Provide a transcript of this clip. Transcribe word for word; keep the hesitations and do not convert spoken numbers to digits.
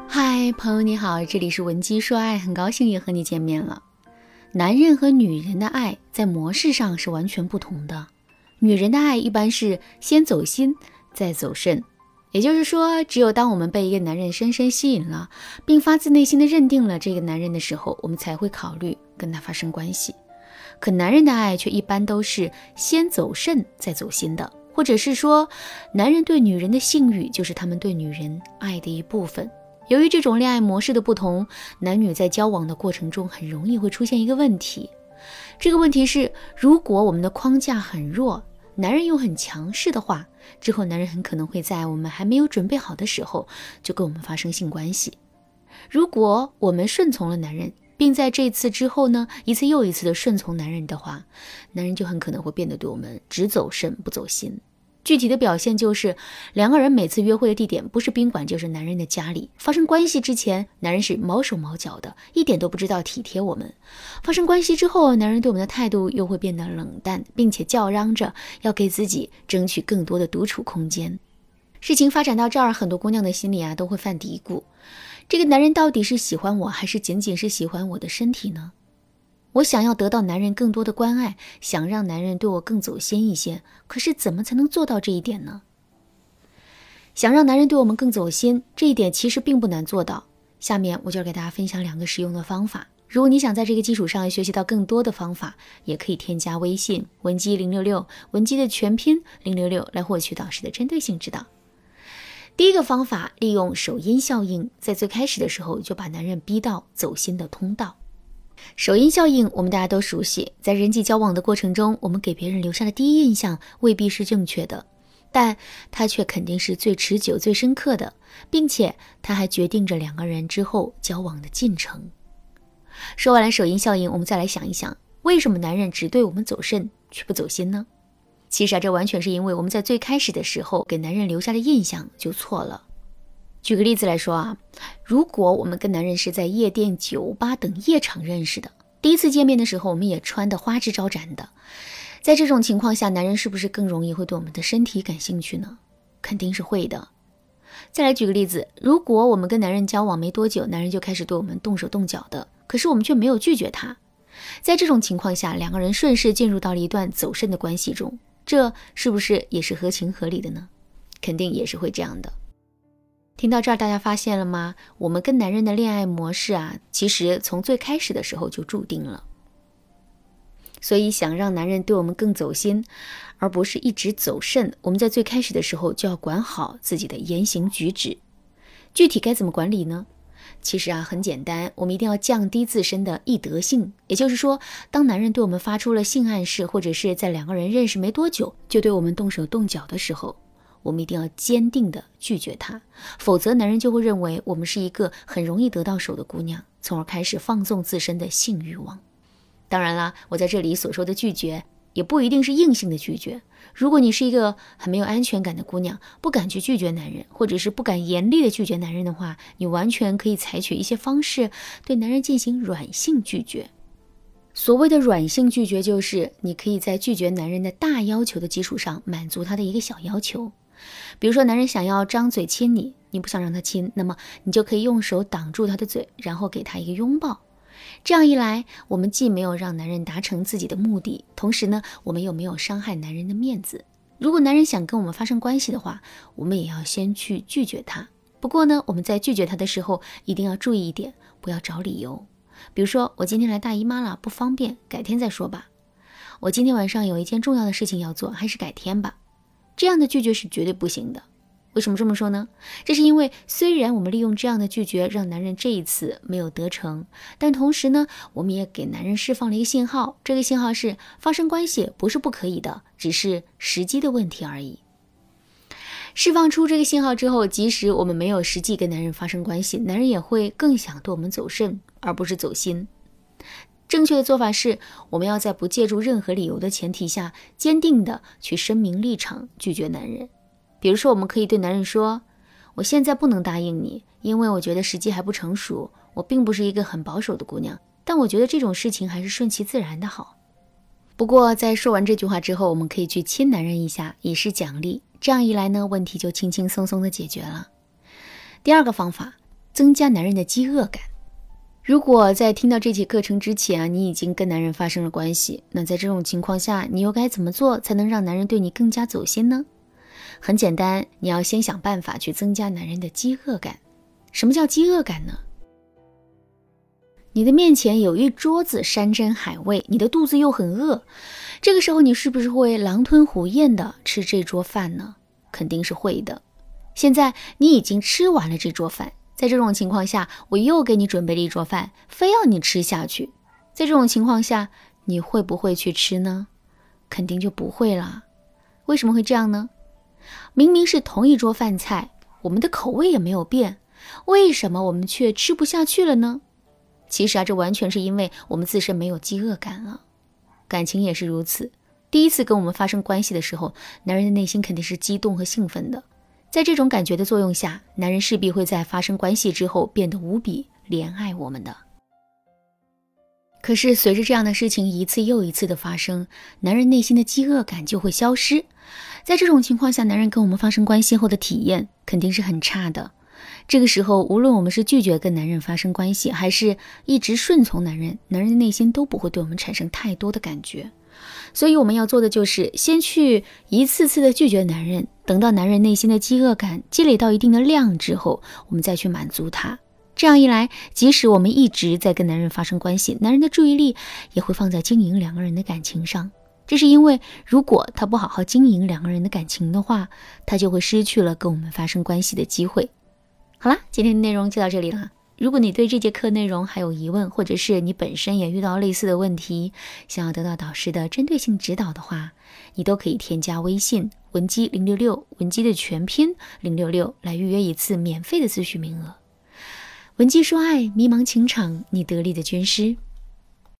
嗨，朋友你好，这里是文姬说爱，很高兴又和你见面了。男人和女人的爱在模式上是完全不同的。女人的爱一般是先走心，再走肾。也就是说，只有当我们被一个男人深深吸引了，并发自内心的认定了这个男人的时候，我们才会考虑跟他发生关系。可男人的爱却一般都是先走肾再走心的，或者是说，男人对女人的性欲就是他们对女人爱的一部分。由于这种恋爱模式的不同，男女在交往的过程中很容易会出现一个问题。这个问题是，如果我们的框架很弱，男人又很强势的话，之后男人很可能会在我们还没有准备好的时候就跟我们发生性关系。如果我们顺从了男人，并在这次之后呢，一次又一次的顺从男人的话，男人就很可能会变得对我们只走肾不走心。具体的表现就是，两个人每次约会的地点不是宾馆就是男人的家里。发生关系之前，男人是毛手毛脚的，一点都不知道体贴我们。发生关系之后，男人对我们的态度又会变得冷淡，并且叫嚷着要给自己争取更多的独处空间。事情发展到这儿，很多姑娘的心里啊都会犯嘀咕，这个男人到底是喜欢我，还是仅仅是喜欢我的身体呢？我想要得到男人更多的关爱，想让男人对我更走心一些，可是怎么才能做到这一点呢？想让男人对我们更走心，这一点其实并不难做到。下面我就要给大家分享两个实用的方法。如果你想在这个基础上学习到更多的方法，也可以添加微信文姬零六六，文姬的全拼零六六来获取导师的针对性指导。第一个方法，利用首因效应，在最开始的时候就把男人逼到走心的通道。首因效应我们大家都熟悉，在人际交往的过程中，我们给别人留下的第一印象未必是正确的，但它却肯定是最持久最深刻的，并且它还决定着两个人之后交往的进程。说完了首因效应，我们再来想一想，为什么男人只对我们走肾却不走心呢？其实啊，这完全是因为我们在最开始的时候给男人留下的印象就错了。举个例子来说啊，如果我们跟男人是在夜店、酒吧等夜场认识的，第一次见面的时候我们也穿得花枝招展的，在这种情况下，男人是不是更容易会对我们的身体感兴趣呢？肯定是会的。再来举个例子，如果我们跟男人交往没多久，男人就开始对我们动手动脚的，可是我们却没有拒绝他，在这种情况下，两个人顺势进入到了一段走肾的关系中，这是不是也是合情合理的呢？肯定也是会这样的。听到这儿，大家发现了吗？我们跟男人的恋爱模式啊，其实从最开始的时候就注定了。所以想让男人对我们更走心，而不是一直走肾，我们在最开始的时候就要管好自己的言行举止。具体该怎么管理呢？其实啊，很简单，我们一定要降低自身的易得性。也就是说，当男人对我们发出了性暗示，或者是在两个人认识没多久就对我们动手动脚的时候，我们一定要坚定地拒绝他，否则男人就会认为我们是一个很容易得到手的姑娘，从而开始放纵自身的性欲望。当然啦，我在这里所说的拒绝也不一定是硬性的拒绝。如果你是一个很没有安全感的姑娘，不敢去拒绝男人，或者是不敢严厉的拒绝男人的话，你完全可以采取一些方式对男人进行软性拒绝。所谓的软性拒绝，就是你可以在拒绝男人的大要求的基础上满足他的一个小要求。比如说男人想要张嘴亲你，你不想让他亲，那么你就可以用手挡住他的嘴，然后给他一个拥抱。这样一来，我们既没有让男人达成自己的目的，同时呢，我们又没有伤害男人的面子。如果男人想跟我们发生关系的话，我们也要先去拒绝他。不过呢，我们在拒绝他的时候一定要注意一点，不要找理由。比如说，我今天来大姨妈了，不方便，改天再说吧。我今天晚上有一件重要的事情要做，还是改天吧。这样的拒绝是绝对不行的。为什么这么说呢？这是因为虽然我们利用这样的拒绝让男人这一次没有得逞，但同时呢，我们也给男人释放了一个信号，这个信号是发生关系不是不可以的，只是时机的问题而已。释放出这个信号之后，即使我们没有实际跟男人发生关系，男人也会更想对我们走肾，而不是走心。正确的做法是，我们要在不借助任何理由的前提下，坚定的去声明立场，拒绝男人。比如说，我们可以对男人说，我现在不能答应你，因为我觉得时机还不成熟，我并不是一个很保守的姑娘，但我觉得这种事情还是顺其自然的好。不过在说完这句话之后，我们可以去亲男人一下，以示奖励，这样一来呢，问题就轻轻松松的解决了。第二个方法， 增加男人的饥饿感。如果在听到这节课程之前啊，你已经跟男人发生了关系，那在这种情况下，你又该怎么做才能让男人对你更加走心呢？很简单，你要先想办法去增加男人的饥饿感。什么叫饥饿感呢？你的面前有一桌子山珍海味，你的肚子又很饿，这个时候你是不是会狼吞虎咽的吃这桌饭呢？肯定是会的。现在你已经吃完了这桌饭，在这种情况下，我又给你准备了一桌饭，非要你吃下去。在这种情况下，你会不会去吃呢？肯定就不会啦。为什么会这样呢？明明是同一桌饭菜，我们的口味也没有变，为什么我们却吃不下去了呢？其实啊，这完全是因为我们自身没有饥饿感了。感情也是如此，第一次跟我们发生关系的时候，男人的内心肯定是激动和兴奋的。在这种感觉的作用下，男人势必会在发生关系之后变得无比怜爱我们的。可是随着这样的事情一次又一次的发生，男人内心的饥饿感就会消失。在这种情况下，男人跟我们发生关系后的体验肯定是很差的。这个时候，无论我们是拒绝跟男人发生关系，还是一直顺从男人，男人的内心都不会对我们产生太多的感觉。所以我们要做的就是先去一次次的拒绝男人，等到男人内心的饥饿感积累到一定的量之后，我们再去满足他。这样一来，即使我们一直在跟男人发生关系，男人的注意力也会放在经营两个人的感情上。这是因为如果他不好好经营两个人的感情的话，他就会失去了跟我们发生关系的机会。好啦，今天的内容就到这里了。如果你对这节课内容还有疑问，或者是你本身也遇到类似的问题，想要得到导师的针对性指导的话，你都可以添加微信文姬零六六，文姬的全拼零六六，来预约一次免费的咨询名额。文姬说爱，迷茫情场，你得力的军师。